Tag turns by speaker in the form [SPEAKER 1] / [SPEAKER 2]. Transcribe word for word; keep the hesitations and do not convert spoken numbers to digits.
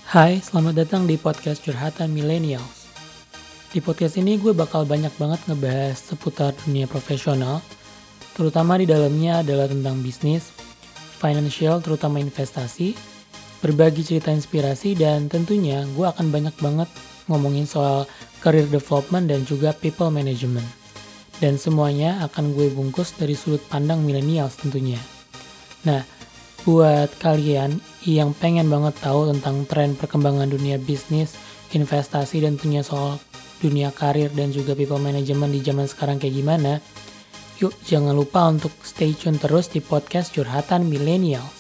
[SPEAKER 1] Hai, selamat datang di podcast Curhatan Millennials. Di podcast ini gue bakal banyak banget ngebahas seputar dunia profesional, terutama di dalamnya adalah tentang bisnis, financial terutama investasi, berbagi cerita inspirasi, dan tentunya gue akan banyak banget ngomongin soal career development dan juga people management. Dan semuanya akan gue bungkus dari sudut pandang millennials tentunya. Nah, buat kalian yang pengen banget tahu tentang tren perkembangan dunia bisnis, investasi, dan tentunya soal dunia karir dan juga people management di zaman sekarang kayak gimana, yuk jangan lupa untuk stay tune terus di podcast Curhatan Millennials.